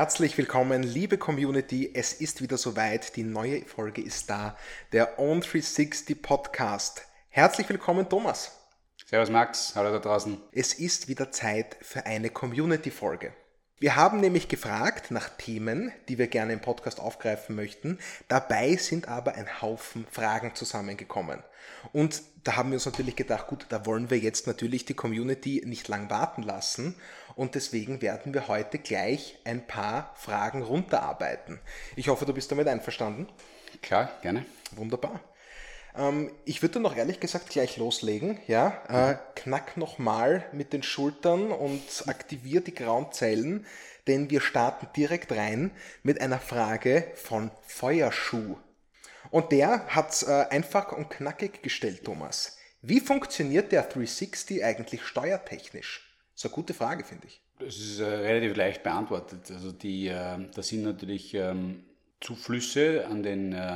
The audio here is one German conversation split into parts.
Herzlich willkommen, liebe Community. Es ist wieder soweit. Die neue Folge ist da. Der Own360 Podcast. Herzlich willkommen, Thomas. Servus Max, hallo da draußen. Es ist wieder Zeit für eine Community-Folge. Wir haben nämlich gefragt nach Themen, die wir gerne im Podcast aufgreifen möchten. Dabei sind aber ein Haufen Fragen zusammengekommen. Und da haben wir uns natürlich gedacht, gut, da wollen wir jetzt natürlich die Community nicht lang warten lassen. Und deswegen werden wir heute gleich ein paar Fragen runterarbeiten. Ich hoffe, du bist damit einverstanden. Klar, gerne. Wunderbar. Ich würde noch ehrlich gesagt gleich loslegen. Ja? Knack nochmal mit den Schultern und aktivier die grauen Zellen, denn wir starten direkt rein mit einer Frage von Feuerschuh. Und der hat es einfach und knackig gestellt, Thomas. Wie funktioniert der 360 eigentlich steuertechnisch? Das ist eine gute Frage, finde ich. Das ist relativ leicht beantwortet. Also das sind natürlich Zuflüsse an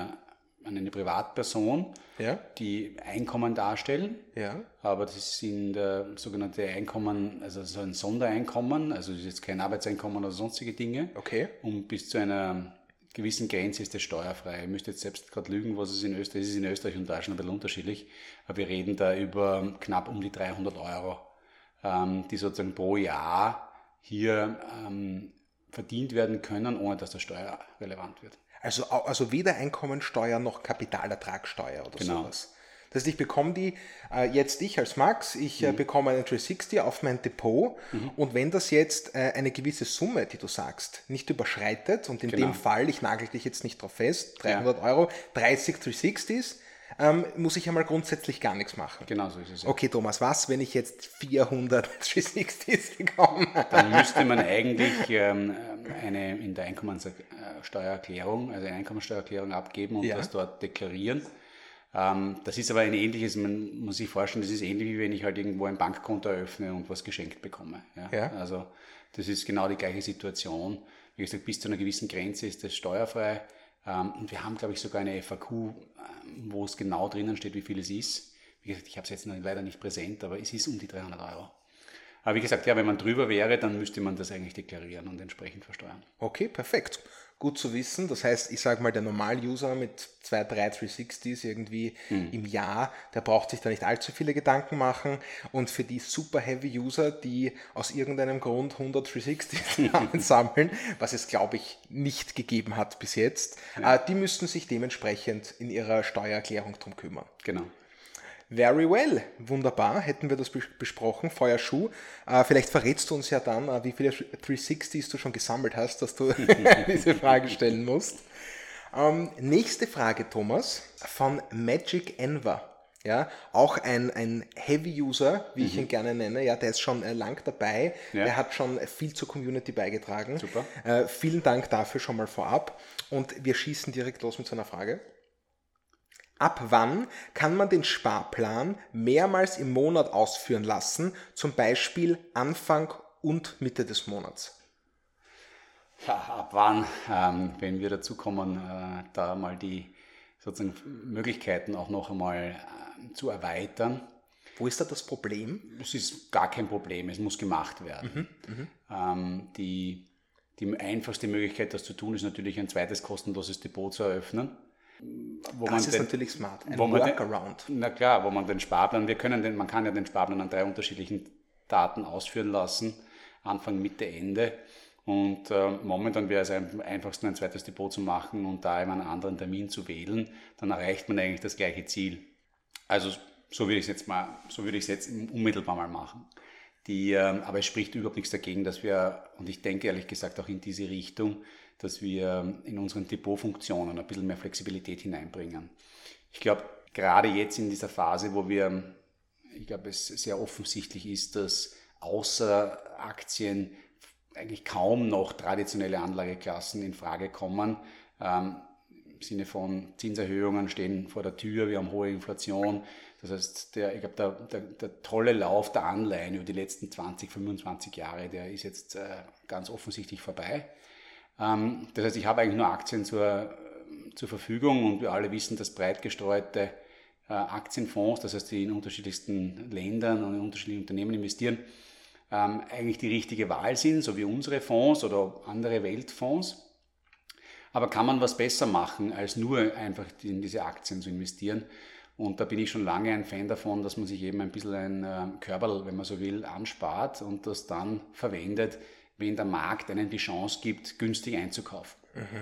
eine Privatperson, ja, die Einkommen darstellen. Ja. Aber das sind sogenannte Einkommen, also so ein Sondereinkommen, also das ist jetzt kein Arbeitseinkommen oder sonstige Dinge. Okay. Und bis zu einer gewissen Grenze ist das steuerfrei. Ich müsste jetzt selbst gerade lügen, was es in Österreich ist. Es ist in Österreich und Deutschland ein bisschen unterschiedlich. Aber wir reden da über knapp um die 300 Euro, die sozusagen pro Jahr hier verdient werden können, ohne dass das steuerrelevant wird. Also weder Einkommensteuer noch Kapitalertragssteuer oder Genau. sowas. Das heißt, ich bekomme die, ich als Max, bekomme einen 360 auf mein Depot und wenn das jetzt eine gewisse Summe, die du sagst, nicht überschreitet und in dem Fall, ich nagel dich jetzt nicht drauf fest, 300 Euro, 30 360s, muss ich einmal grundsätzlich gar nichts machen. Genau so ist es. Ja. Okay, Thomas, was, wenn ich jetzt 400 360s bekomme? Dann müsste man eigentlich eine in der Einkommensteuererklärung, also eine Einkommensteuererklärung abgeben und das dort deklarieren. Das ist aber ein ähnliches, man muss sich vorstellen, das ist ähnlich wie wenn ich halt irgendwo ein Bankkonto eröffne und was geschenkt bekomme. Ja? Also das ist genau die gleiche Situation. Wie gesagt, bis zu einer gewissen Grenze ist das steuerfrei. Und wir haben, glaube ich, sogar eine FAQ, wo es genau drinnen steht, wie viel es ist. Wie gesagt, ich habe es jetzt leider nicht präsent, aber es ist um die 300 Euro. Aber wie gesagt, wenn man drüber wäre, dann müsste man das eigentlich deklarieren und entsprechend versteuern. Okay, perfekt. Gut zu wissen. Das heißt, ich sage mal, der Normal-User mit 2, 3 360s irgendwie im Jahr, der braucht sich da nicht allzu viele Gedanken machen. Und für die Super-Heavy-User, die aus irgendeinem Grund 100 360s sammeln, was es, glaube ich, nicht gegeben hat bis jetzt, die müssten sich dementsprechend in ihrer Steuererklärung drum kümmern. Genau. Very well, wunderbar, hätten wir das besprochen, Feuerschuh. Vielleicht verrätst du uns ja dann, wie viele 360s du schon gesammelt hast, dass du diese Frage stellen musst. Nächste Frage, Thomas, von Magic Enver. Ja, auch ein Heavy-User, wie ich ihn gerne nenne, ja, der ist schon lang dabei, der hat schon viel zur Community beigetragen. Super. Vielen Dank dafür schon mal vorab und wir schießen direkt los mit so einer Frage. Ab wann kann man den Sparplan mehrmals im Monat ausführen lassen, zum Beispiel Anfang und Mitte des Monats? Ja, ab wann, wenn wir dazu kommen, da mal die sozusagen Möglichkeiten auch noch einmal zu erweitern. Wo ist da das Problem? Es ist gar kein Problem, es muss gemacht werden. Die einfachste Möglichkeit, das zu tun, ist natürlich ein zweites kostenloses Depot zu eröffnen. Das ist natürlich smart, ein Workaround. Na klar, wo man den Sparplan, man kann ja den Sparplan an 3 unterschiedlichen Daten ausführen lassen, Anfang, Mitte, Ende. Und momentan wäre es am einfachsten, ein zweites Depot zu machen und da eben einen anderen Termin zu wählen, dann erreicht man eigentlich das gleiche Ziel. Also so würde ich es jetzt unmittelbar mal machen. Aber es spricht überhaupt nichts dagegen, dass wir, und ich denke ehrlich gesagt auch in diese Richtung, dass wir in unseren Depotfunktionen ein bisschen mehr Flexibilität hineinbringen. Ich glaube, gerade jetzt in dieser Phase, wo es sehr offensichtlich ist, dass außer Aktien eigentlich kaum noch traditionelle Anlageklassen in Frage kommen. Im Sinne von Zinserhöhungen stehen vor der Tür, wir haben hohe Inflation. Das heißt, der tolle Lauf der Anleihen über die letzten 20, 25 Jahre, der ist jetzt ganz offensichtlich vorbei. Das heißt, ich habe eigentlich nur Aktien zur Verfügung und wir alle wissen, dass breit gestreute Aktienfonds, das heißt, die in unterschiedlichsten Ländern und in unterschiedlichen Unternehmen investieren, eigentlich die richtige Wahl sind, so wie unsere Fonds oder andere Weltfonds. Aber kann man was besser machen, als nur einfach in diese Aktien zu investieren? Und da bin ich schon lange ein Fan davon, dass man sich eben ein bisschen ein Körberl, wenn man so will, anspart und das dann verwendet, wenn der Markt einen die Chance gibt, günstig einzukaufen.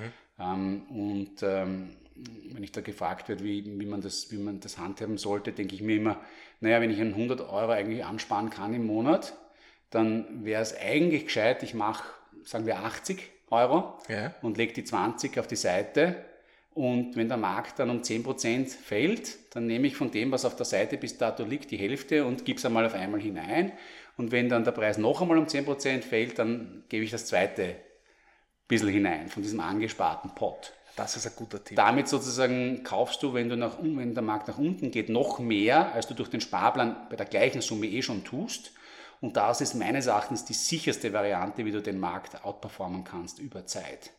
Wenn ich da gefragt werde, wie man das handhaben sollte, denke ich mir immer, naja, wenn ich 100 Euro eigentlich ansparen kann im Monat, dann wäre es eigentlich gescheit, ich mache, sagen wir 80 Euro und lege die 20 auf die Seite. Und wenn der Markt dann um 10% fällt, dann nehme ich von dem, was auf der Seite bis dato liegt, die Hälfte und gebe es einmal auf einmal hinein. Und wenn dann der Preis noch einmal um 10% fällt, dann gebe ich das zweite bisschen hinein von diesem angesparten Pot. Das ist ein guter Tipp. Damit sozusagen kaufst du, wenn der Markt nach unten geht, noch mehr, als du durch den Sparplan bei der gleichen Summe schon tust. Und das ist meines Erachtens die sicherste Variante, wie du den Markt outperformen kannst über Zeit.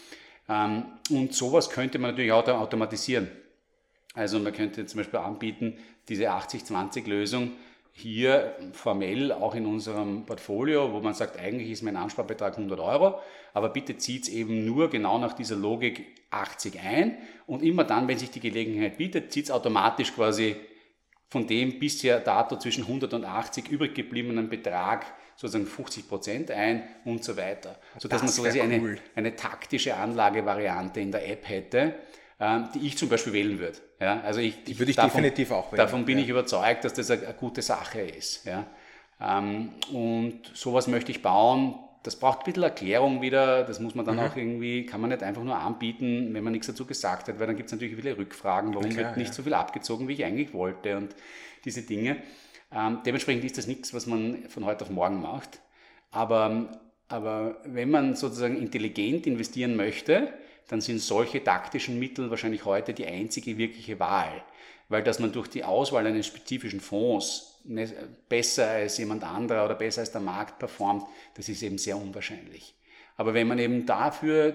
Und sowas könnte man natürlich auch automatisieren. Also man könnte zum Beispiel anbieten, diese 80-20-Lösung hier formell auch in unserem Portfolio, wo man sagt, eigentlich ist mein Ansparbetrag 100 Euro, aber bitte zieht es eben nur genau nach dieser Logik 80 ein und immer dann, wenn sich die Gelegenheit bietet, zieht es automatisch quasi von dem bisher dato zwischen 100 und 80 übrig gebliebenen Betrag sozusagen 50% ein und so weiter. Sodass man quasi eine taktische Anlagevariante in der App hätte, die ich zum Beispiel wählen würde. Ja, also die würde ich definitiv auch wählen. Davon bin ich überzeugt, dass das eine gute Sache ist. Ja. Und sowas möchte ich bauen. Das braucht ein bisschen Erklärung wieder, das muss man dann auch irgendwie, kann man nicht einfach nur anbieten, wenn man nichts dazu gesagt hat, weil dann gibt es natürlich viele Rückfragen, warum wird nicht so viel abgezogen, wie ich eigentlich wollte und diese Dinge. Dementsprechend ist das nichts, was man von heute auf morgen macht. Aber wenn man sozusagen intelligent investieren möchte, dann sind solche taktischen Mittel wahrscheinlich heute die einzige wirkliche Wahl. Weil dass man durch die Auswahl eines spezifischen Fonds besser als jemand anderer oder besser als der Markt performt, das ist eben sehr unwahrscheinlich. Aber wenn man eben dafür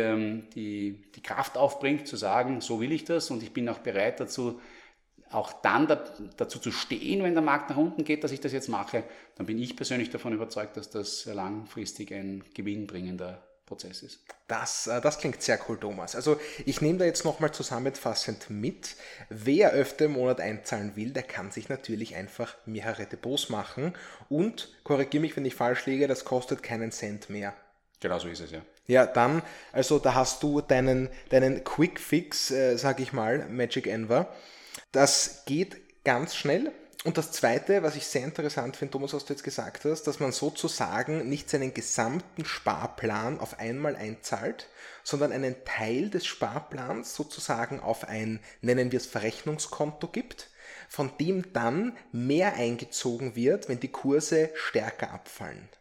die Kraft aufbringt, zu sagen, so will ich das und ich bin auch bereit dazu, auch dann dazu zu stehen, wenn der Markt nach unten geht, dass ich das jetzt mache, dann bin ich persönlich davon überzeugt, dass das langfristig ein gewinnbringender Prozess ist. Das klingt sehr cool, Thomas. Also ich nehme da jetzt nochmal zusammenfassend mit. Wer öfter im Monat einzahlen will, der kann sich natürlich einfach mehrere Depots machen und, korrigiere mich, wenn ich falsch liege, das kostet keinen Cent mehr. Genau so ist es, ja. Ja, dann, also da hast du deinen Quick Fix, sag ich mal, Magic Enver. Das geht ganz schnell. Und das Zweite, was ich sehr interessant finde, Thomas, was du jetzt gesagt hast, dass man sozusagen nicht seinen gesamten Sparplan auf einmal einzahlt, sondern einen Teil des Sparplans sozusagen auf ein, nennen wir es, Verrechnungskonto gibt, von dem dann mehr eingezogen wird, wenn die Kurse stärker abfallen.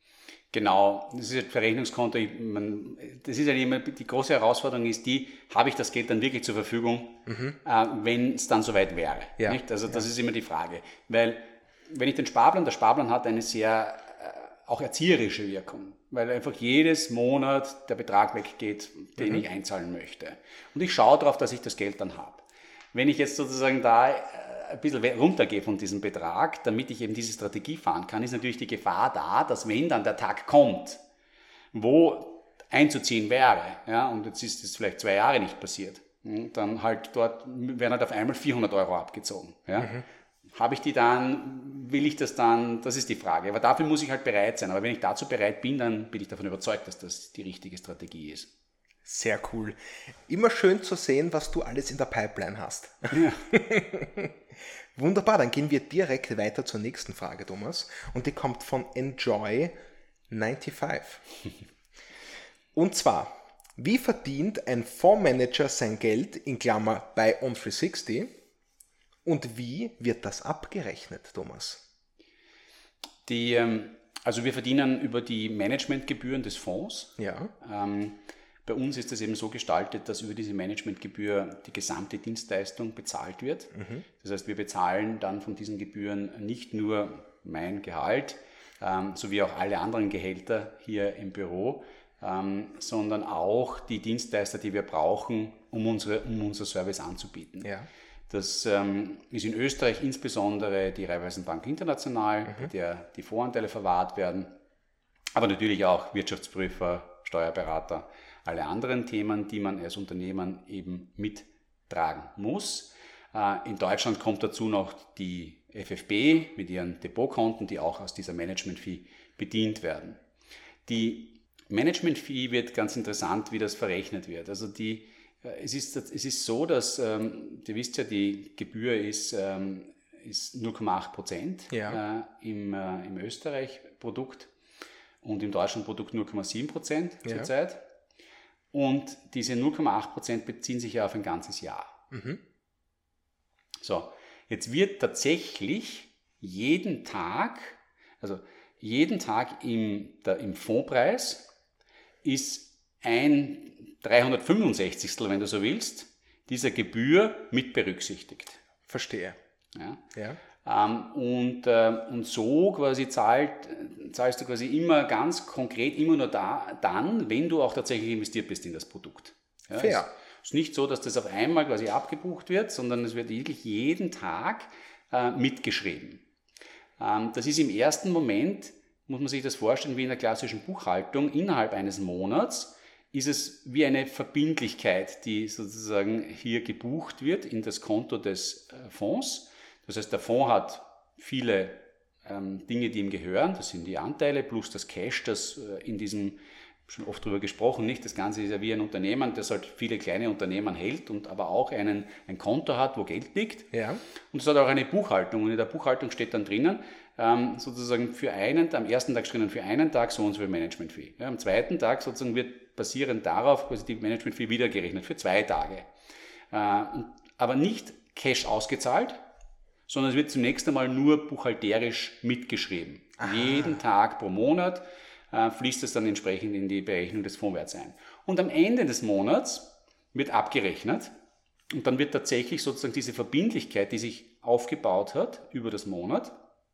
Genau, das ist ein Verrechnungskonto. Das ist ja immer die große Herausforderung ist habe ich das Geld dann wirklich zur Verfügung, wenn es dann soweit wäre. Ja. Nicht? Also das ist immer die Frage. Weil wenn ich der Sparplan hat eine sehr auch erzieherische Wirkung, weil einfach jedes Monat der Betrag weggeht, den ich einzahlen möchte. Und ich schaue darauf, dass ich das Geld dann habe. Wenn ich jetzt sozusagen da ein bisschen runtergehe von diesem Betrag, damit ich eben diese Strategie fahren kann, ist natürlich die Gefahr da, dass wenn dann der Tag kommt, wo einzuziehen wäre, ja, und jetzt ist es vielleicht 2 Jahre nicht passiert, dann halt dort werden halt auf einmal 400 Euro abgezogen. Ja. Habe ich die dann, will ich das dann, das ist die Frage. Aber dafür muss ich halt bereit sein. Aber wenn ich dazu bereit bin, dann bin ich davon überzeugt, dass das die richtige Strategie ist. Sehr cool. Immer schön zu sehen, was du alles in der Pipeline hast. Ja. Wunderbar, dann gehen wir direkt weiter zur nächsten Frage, Thomas. Und die kommt von Enjoy95. Und zwar, wie verdient ein Fondsmanager sein Geld, in Klammer bei On360, und wie wird das abgerechnet, Thomas? Also wir verdienen über die Managementgebühren des Fonds. Ja. Bei uns ist es eben so gestaltet, dass über diese Managementgebühr die gesamte Dienstleistung bezahlt wird. Das heißt, wir bezahlen dann von diesen Gebühren nicht nur mein Gehalt, sowie auch alle anderen Gehälter hier im Büro, sondern auch die Dienstleister, die wir brauchen, um unser Service anzubieten. Ja. Das ist in Österreich insbesondere die Raiffeisenbank International, bei der die Voranteile verwahrt werden, aber natürlich auch Wirtschaftsprüfer, Steuerberater, alle anderen Themen, die man als Unternehmen eben mittragen muss. In Deutschland kommt dazu noch die FFB mit ihren Depotkonten, die auch aus dieser Management-Fee bedient werden. Die Management-Fee wird ganz interessant, wie das verrechnet wird. Also es ist so, dass, ihr wisst ja, die Gebühr ist 0,8% im Österreich-Produkt und im Deutschland-Produkt 0,7% zurzeit. Und diese 0,8% beziehen sich ja auf ein ganzes Jahr. So, jetzt wird tatsächlich jeden Tag im Fondspreis ist ein 365, wenn du so willst, dieser Gebühr mit berücksichtigt. Verstehe. Ja. Und so quasi zahlst du quasi immer ganz konkret, immer nur dann, wenn du auch tatsächlich investiert bist in das Produkt. Ja, Fair. Es ist nicht so, dass das auf einmal quasi abgebucht wird, sondern es wird wirklich jeden Tag mitgeschrieben. Das ist im ersten Moment, muss man sich das vorstellen, wie in der klassischen Buchhaltung, innerhalb eines Monats ist es wie eine Verbindlichkeit, die sozusagen hier gebucht wird in das Konto des Fonds. Das heißt, der Fonds hat viele Dinge, die ihm gehören. Das sind die Anteile plus das Cash, das in diesem, schon oft darüber gesprochen, nicht? Das Ganze ist ja wie ein Unternehmen, das halt viele kleine Unternehmen hält und aber auch ein Konto hat, wo Geld liegt. Ja. Und es hat auch eine Buchhaltung. Und in der Buchhaltung steht dann drinnen, sozusagen am ersten Tag drinnen für einen Tag so und so viel Management-Fee. Ja, am zweiten Tag sozusagen wird basierend darauf quasi die Management-Fee wieder gerechnet für 2 Tage. Aber nicht Cash ausgezahlt, sondern es wird zunächst einmal nur buchhalterisch mitgeschrieben. Aha. Jeden Tag pro Monat fließt es dann entsprechend in die Berechnung des Fondswerts ein. Und am Ende des Monats wird abgerechnet und dann wird tatsächlich sozusagen diese Verbindlichkeit, die sich aufgebaut hat über das Monat,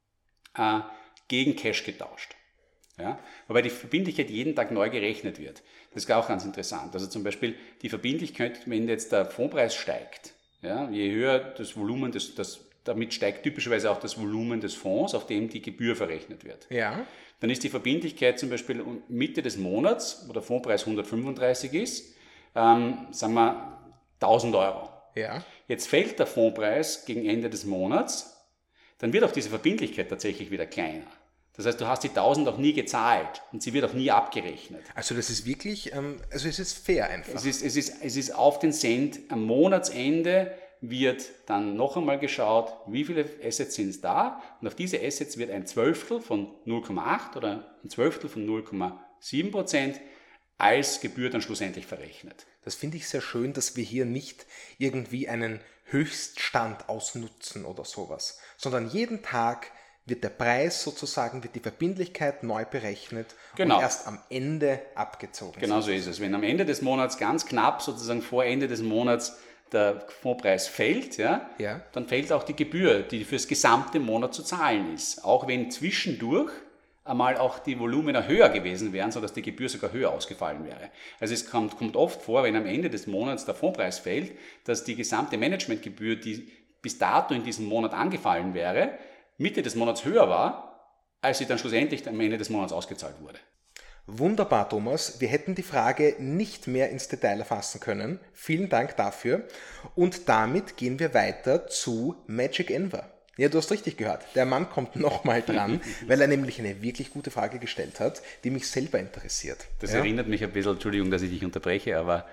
gegen Cash getauscht. Ja? Wobei die Verbindlichkeit jeden Tag neu gerechnet wird. Das ist auch ganz interessant. Also zum Beispiel die Verbindlichkeit, wenn jetzt der Fondspreis steigt, ja, je höher das Volumen, damit steigt typischerweise auch das Volumen des Fonds, auf dem die Gebühr verrechnet wird. Ja. Dann ist die Verbindlichkeit zum Beispiel Mitte des Monats, wo der Fondspreis 135 ist, sagen wir 1.000 Euro. Ja. Jetzt fällt der Fondspreis gegen Ende des Monats, dann wird auch diese Verbindlichkeit tatsächlich wieder kleiner. Das heißt, du hast die 1.000 auch nie gezahlt und sie wird auch nie abgerechnet. Also das ist wirklich, es ist fair einfach. Es ist auf den Cent. Am Monatsende wird dann noch einmal geschaut, wie viele Assets sind da, und auf diese Assets wird ein Zwölftel von 0,8 oder ein Zwölftel von 0,7% als Gebühr dann schlussendlich verrechnet. Das finde ich sehr schön, dass wir hier nicht irgendwie einen Höchststand ausnutzen oder sowas, sondern jeden Tag wird der Preis sozusagen, wird die Verbindlichkeit neu berechnet und erst am Ende abgezogen. Genau so ist es. Wenn am Ende des Monats ganz knapp, sozusagen vor Ende des Monats, der Fondspreis fällt, dann fällt auch die Gebühr, die fürs gesamte Monat zu zahlen ist. Auch wenn zwischendurch einmal auch die Volumina höher gewesen wären, sodass die Gebühr sogar höher ausgefallen wäre. Also es kommt oft vor, wenn am Ende des Monats der Fondspreis fällt, dass die gesamte Managementgebühr, die bis dato in diesem Monat angefallen wäre, Mitte des Monats höher war, als sie dann schlussendlich am Ende des Monats ausgezahlt wurde. Wunderbar, Thomas. Wir hätten die Frage nicht mehr ins Detail erfassen können. Vielen Dank dafür. Und damit gehen wir weiter zu Magic Enver. Ja, du hast richtig gehört. Der Mann kommt nochmal dran, weil er nämlich eine wirklich gute Frage gestellt hat, die mich selber interessiert. Das erinnert mich ein bisschen, Entschuldigung, dass ich dich unterbreche, aber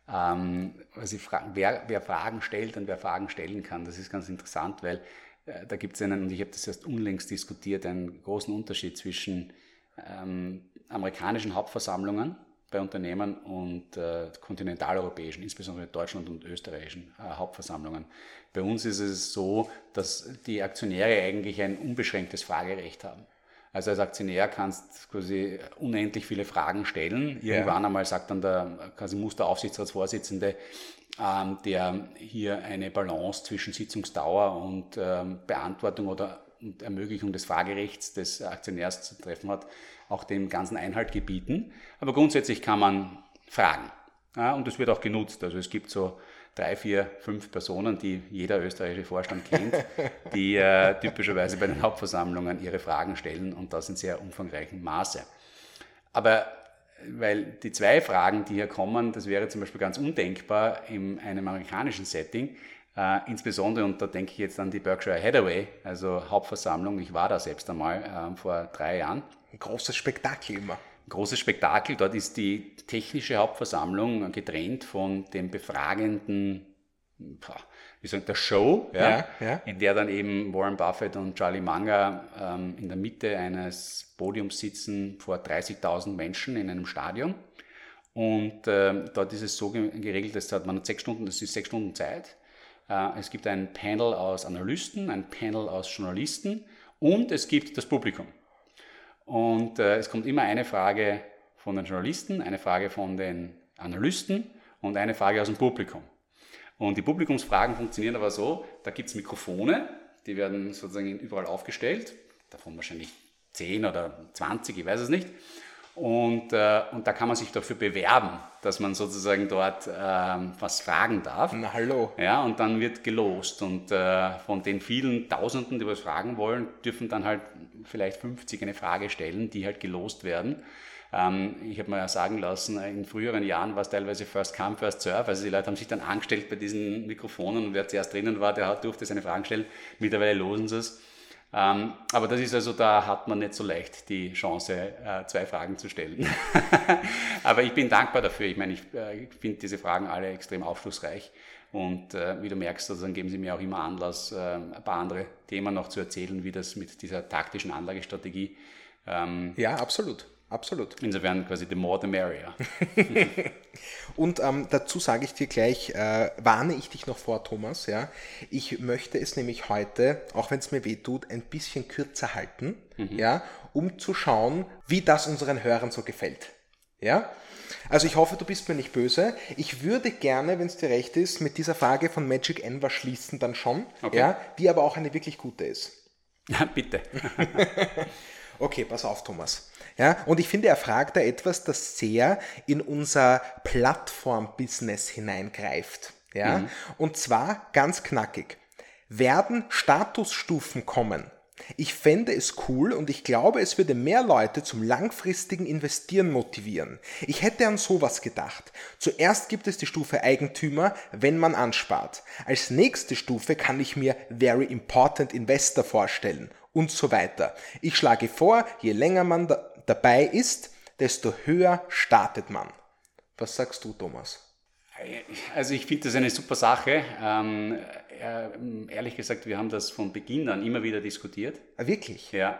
wer Fragen stellt und wer Fragen stellen kann, das ist ganz interessant, weil da gibt es und ich habe das erst unlängst diskutiert, einen großen Unterschied zwischen amerikanischen Hauptversammlungen bei Unternehmen und kontinentaleuropäischen, insbesondere Deutschland und österreichischen Hauptversammlungen. Bei uns ist es so, dass die Aktionäre eigentlich ein unbeschränktes Fragerecht haben. Also als Aktionär kannst du quasi unendlich viele Fragen stellen. Irgendwann einmal sagt dann muss der Aufsichtsratsvorsitzende, der hier eine Balance zwischen Sitzungsdauer und Beantwortung oder Ermöglichung des Fragerechts des Aktionärs zu treffen hat, auch dem ganzen Einhalt gebieten. Aber grundsätzlich kann man fragen. Ja, und das wird auch genutzt. Also es gibt so 3, 4, 5 Personen, die jeder österreichische Vorstand kennt, die typischerweise bei den Hauptversammlungen ihre Fragen stellen und das in sehr umfangreichem Maße. Aber weil die 2 Fragen, die hier kommen, das wäre zum Beispiel ganz undenkbar in einem amerikanischen Setting, insbesondere, und da denke ich jetzt an die Berkshire Hathaway, also Hauptversammlung, ich war da selbst einmal vor 3 Jahren. Ein großes Spektakel immer. Großes Spektakel, dort ist die technische Hauptversammlung getrennt von dem befragenden, wie sagt der Show, in der dann eben Warren Buffett und Charlie Munger in der Mitte eines Podiums sitzen vor 30.000 Menschen in einem Stadion. Und dort ist es so geregelt, dass man hat 6 Stunden, das ist 6 Stunden Zeit. Es gibt ein Panel aus Analysten, ein Panel aus Journalisten und es gibt das Publikum. Und es kommt immer eine Frage von den Journalisten, eine Frage von den Analysten und eine Frage aus dem Publikum. Und die Publikumsfragen funktionieren aber so, da gibt es Mikrofone, die werden sozusagen überall aufgestellt, davon wahrscheinlich 10 oder 20, ich weiß es nicht. Und da kann man sich dafür bewerben, dass man sozusagen dort was fragen darf. Na hallo. Ja, und dann wird gelost. Und von den vielen Tausenden, die was fragen wollen, dürfen dann halt vielleicht 50 eine Frage stellen, die halt gelost werden. Ich habe mir ja sagen lassen, in früheren Jahren war es teilweise First Come, First Serve. Also die Leute haben sich dann angestellt bei diesen Mikrofonen und wer zuerst drinnen war, der durfte seine Fragen stellen. Mittlerweile losen sie es. Aber das ist also, da hat man nicht so leicht die Chance, 2 Fragen zu stellen. Aber ich bin dankbar dafür. Ich meine, ich finde diese Fragen alle extrem aufschlussreich. Und wie du merkst, also, dann geben sie mir auch immer Anlass, ein paar andere Themen noch zu erzählen, wie das mit dieser taktischen Anlagestrategie. Ja, absolut. Absolut. Insofern quasi the more the merrier. Und dazu sage ich dir gleich, warne ich dich noch vor, Thomas. Ja? Ich möchte es nämlich heute, auch wenn es mir weh tut, ein bisschen kürzer halten, ja, um zu schauen, wie das unseren Hörern so gefällt. Ja? Also ich hoffe, du bist mir nicht böse. Ich würde gerne, wenn es dir recht ist, mit dieser Frage von Magic Enver schließen dann schon, okay. Ja, die aber auch eine wirklich gute ist. Ja, bitte. Okay, pass auf, Thomas. Ja, und ich finde, er fragt da etwas, das sehr in unser Plattform-Business hineingreift. Ja? Und zwar ganz knackig. Werden Statusstufen kommen? Ich fände es cool und ich glaube, es würde mehr Leute zum langfristigen Investieren motivieren. Ich hätte an sowas gedacht. Zuerst gibt es die Stufe Eigentümer, wenn man anspart. Als nächste Stufe kann ich mir Very Important Investor vorstellen und so weiter. Ich schlage vor, je länger man dabei ist, desto höher startet man. Was sagst du, Thomas? Also ich finde das eine super Sache. Ehrlich gesagt, wir haben das von Beginn an immer wieder diskutiert. Ah, wirklich? Ja.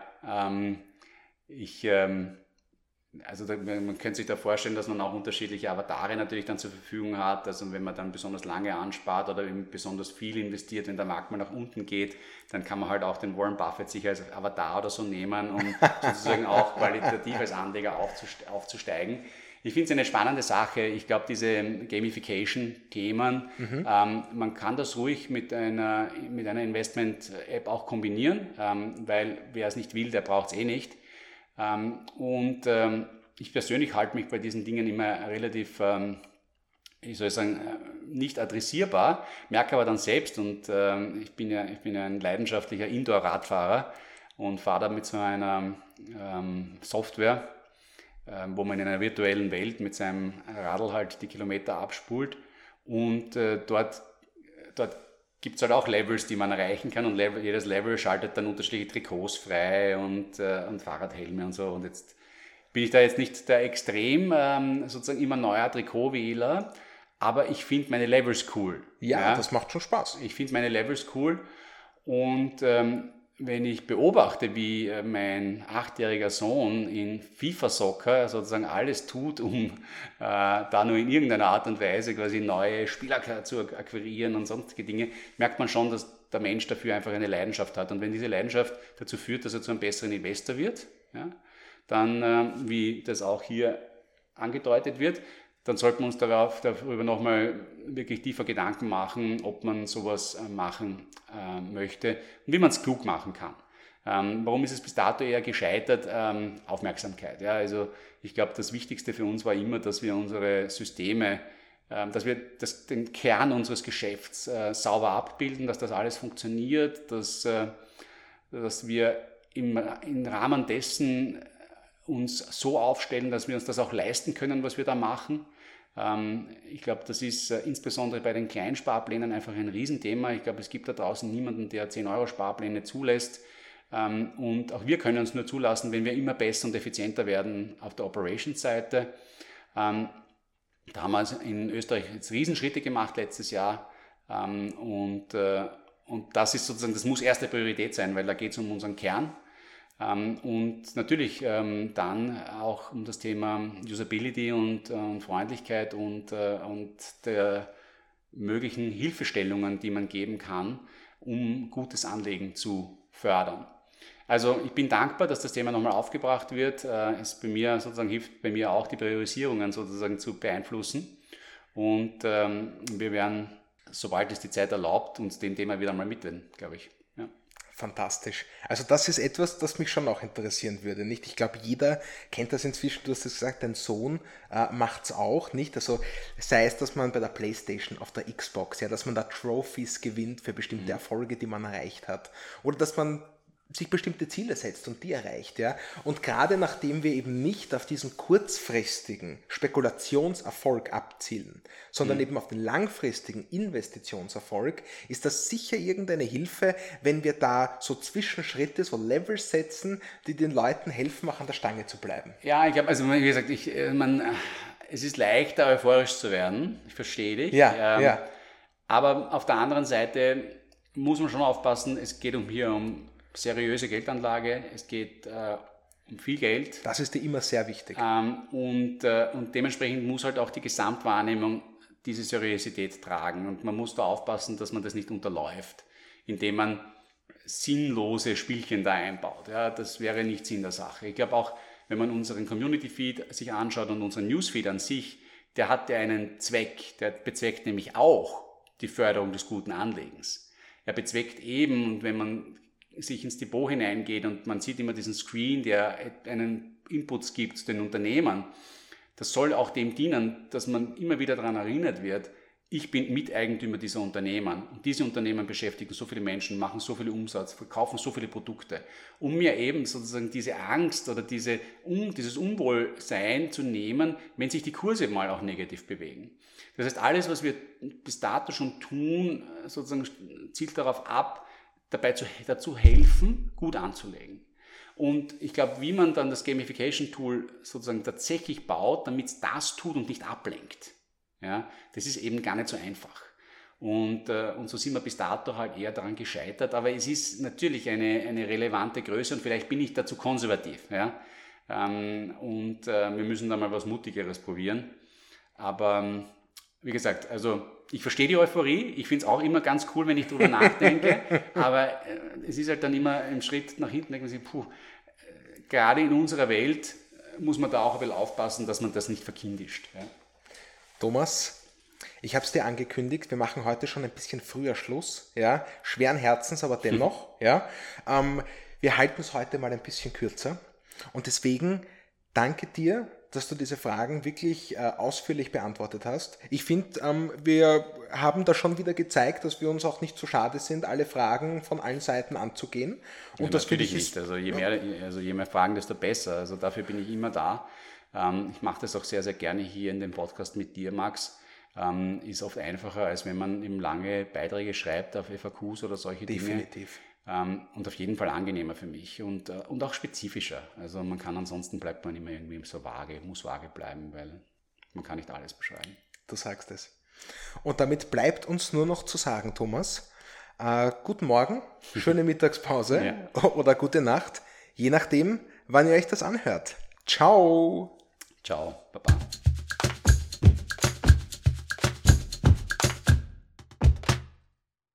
Man könnte sich da vorstellen, dass man auch unterschiedliche Avatare natürlich dann zur Verfügung hat. Also wenn man dann besonders lange anspart oder eben besonders viel investiert, wenn der Markt mal nach unten geht, dann kann man halt auch den Warren Buffett sich als Avatar oder so nehmen, um sozusagen auch qualitativ als Anleger aufzusteigen. Ich finde es eine spannende Sache. Ich glaube, diese Gamification-Themen, man kann das ruhig mit einer Investment-App auch kombinieren, weil wer es nicht will, der braucht es eh nicht. Ich persönlich halte mich bei diesen Dingen immer relativ, nicht adressierbar, merke aber dann selbst und ich bin ja ein leidenschaftlicher Indoor-Radfahrer und fahre da mit so einer Software, wo man in einer virtuellen Welt mit seinem Radl halt die Kilometer abspult und dort gibt es halt auch Levels, die man erreichen kann und jedes Level schaltet dann unterschiedliche Trikots frei und Fahrradhelme und so. Und jetzt bin ich da jetzt nicht der extrem sozusagen immer neuer Trikotwähler, aber ich finde meine Levels cool. Ja, das macht schon Spaß. Ich finde meine Levels cool und wenn ich beobachte, wie mein 8-jähriger Sohn in FIFA-Soccer sozusagen alles tut, um da nur in irgendeiner Art und Weise quasi neue Spieler zu akquirieren und sonstige Dinge, merkt man schon, dass der Mensch dafür einfach eine Leidenschaft hat. Und wenn diese Leidenschaft dazu führt, dass er zu einem besseren Investor wird, ja, dann, wie das auch hier angedeutet wird, dann sollten wir uns darüber nochmal wirklich tiefer Gedanken machen, ob man sowas machen möchte und wie man es klug machen kann. Warum ist es bis dato eher gescheitert? Aufmerksamkeit. Ja, also ich glaube, das Wichtigste für uns war immer, dass wir unsere Systeme dass wir den Kern unseres Geschäfts sauber abbilden, dass das alles funktioniert, dass wir im Rahmen dessen uns so aufstellen, dass wir uns das auch leisten können, was wir da machen. Ich glaube, das ist insbesondere bei den Kleinsparplänen einfach ein Riesenthema. Ich glaube, es gibt da draußen niemanden, der 10-Euro-Sparpläne zulässt. Und auch wir können uns nur zulassen, wenn wir immer besser und effizienter werden auf der Operations-Seite. Da haben wir in Österreich jetzt Riesenschritte gemacht letztes Jahr. Und das ist sozusagen, das muss erste Priorität sein, weil da geht es um unseren Kern. Und natürlich dann auch um das Thema Usability und Freundlichkeit und der möglichen Hilfestellungen, die man geben kann, um gutes Anlegen zu fördern. Also ich bin dankbar, dass das Thema nochmal aufgebracht wird. Es bei mir sozusagen hilft bei mir auch, die Priorisierungen sozusagen zu beeinflussen. Und wir werden, sobald es die Zeit erlaubt, uns dem Thema wieder mal widmen, glaube ich. Ja. Fantastisch. Also das ist etwas, das mich schon auch interessieren würde, nicht? Ich glaube, jeder kennt das inzwischen, du hast es gesagt, dein Sohn macht's auch, nicht? Also sei es, dass man bei der Playstation, auf der Xbox, ja, dass man da Trophies gewinnt für bestimmte Erfolge, die man erreicht hat. Oder dass man sich bestimmte Ziele setzt und die erreicht, ja. Und gerade nachdem wir eben nicht auf diesen kurzfristigen Spekulationserfolg abzielen, sondern eben auf den langfristigen Investitionserfolg, ist das sicher irgendeine Hilfe, wenn wir da so Zwischenschritte, so Levels setzen, die den Leuten helfen, auch an der Stange zu bleiben. Ja, ich glaube, also wie gesagt, es ist leichter, euphorisch zu werden. Ich verstehe dich. Ja. Aber auf der anderen Seite muss man schon aufpassen, es geht hier um seriöse Geldanlage, es geht um viel Geld. Das ist dir immer sehr wichtig. Und dementsprechend muss halt auch die Gesamtwahrnehmung diese Seriosität tragen. Und man muss da aufpassen, dass man das nicht unterläuft, indem man sinnlose Spielchen da einbaut. Ja, das wäre nicht Sinn der Sache. Ich glaube auch, wenn man unseren Community-Feed sich anschaut und unseren Newsfeed an sich, der hat ja einen Zweck. Der bezweckt nämlich auch die Förderung des guten Anlegens. Er bezweckt eben, und wenn man sich ins Depot hineingeht und man sieht immer diesen Screen, der einen Inputs gibt zu den Unternehmern, das soll auch dem dienen, dass man immer wieder daran erinnert wird, ich bin Miteigentümer dieser Unternehmen und diese Unternehmen beschäftigen so viele Menschen, machen so viel Umsatz, verkaufen so viele Produkte, um mir eben sozusagen diese Angst oder dieses Unwohlsein zu nehmen, wenn sich die Kurse mal auch negativ bewegen. Das heißt, alles, was wir bis dato schon tun, sozusagen zielt darauf ab, dazu helfen, gut anzulegen. Und ich glaube, wie man dann das Gamification-Tool sozusagen tatsächlich baut, damit es das tut und nicht ablenkt, ja, das ist eben gar nicht so einfach. Und so sind wir bis dato halt eher daran gescheitert. Aber es ist natürlich eine relevante Größe und vielleicht bin ich dazu konservativ. Ja? Wir müssen da mal was Mutigeres probieren. Aber wie gesagt, also ich verstehe die Euphorie, ich finde es auch immer ganz cool, wenn ich darüber nachdenke, aber es ist halt dann immer ein Schritt nach hinten, denkt man sich, gerade in unserer Welt muss man da auch ein bisschen aufpassen, dass man das nicht verkindischt. Ja. Thomas, ich habe es dir angekündigt, wir machen heute schon ein bisschen früher Schluss, ja, schweren Herzens, aber dennoch, ja. Wir halten es heute mal ein bisschen kürzer und deswegen danke dir, dass du diese Fragen wirklich ausführlich beantwortet hast. Ich finde, wir haben da schon wieder gezeigt, dass wir uns auch nicht zu schade sind, alle Fragen von allen Seiten anzugehen. Und ja, das natürlich nicht. Also je mehr Fragen, desto besser. Also dafür bin ich immer da. Ich mache das auch sehr, sehr gerne hier in dem Podcast mit dir, Max. Ist oft einfacher, als wenn man eben lange Beiträge schreibt auf FAQs oder solche Dinge. Definitiv. Und auf jeden Fall angenehmer für mich und auch spezifischer. Also man kann ansonsten bleibt man immer irgendwie so vage, muss vage bleiben, weil man kann nicht alles beschreiben. Du sagst es. Und damit bleibt uns nur noch zu sagen, Thomas, guten Morgen, schöne Mittagspause oder gute Nacht, je nachdem, wann ihr euch das anhört. Ciao. Ciao, Baba.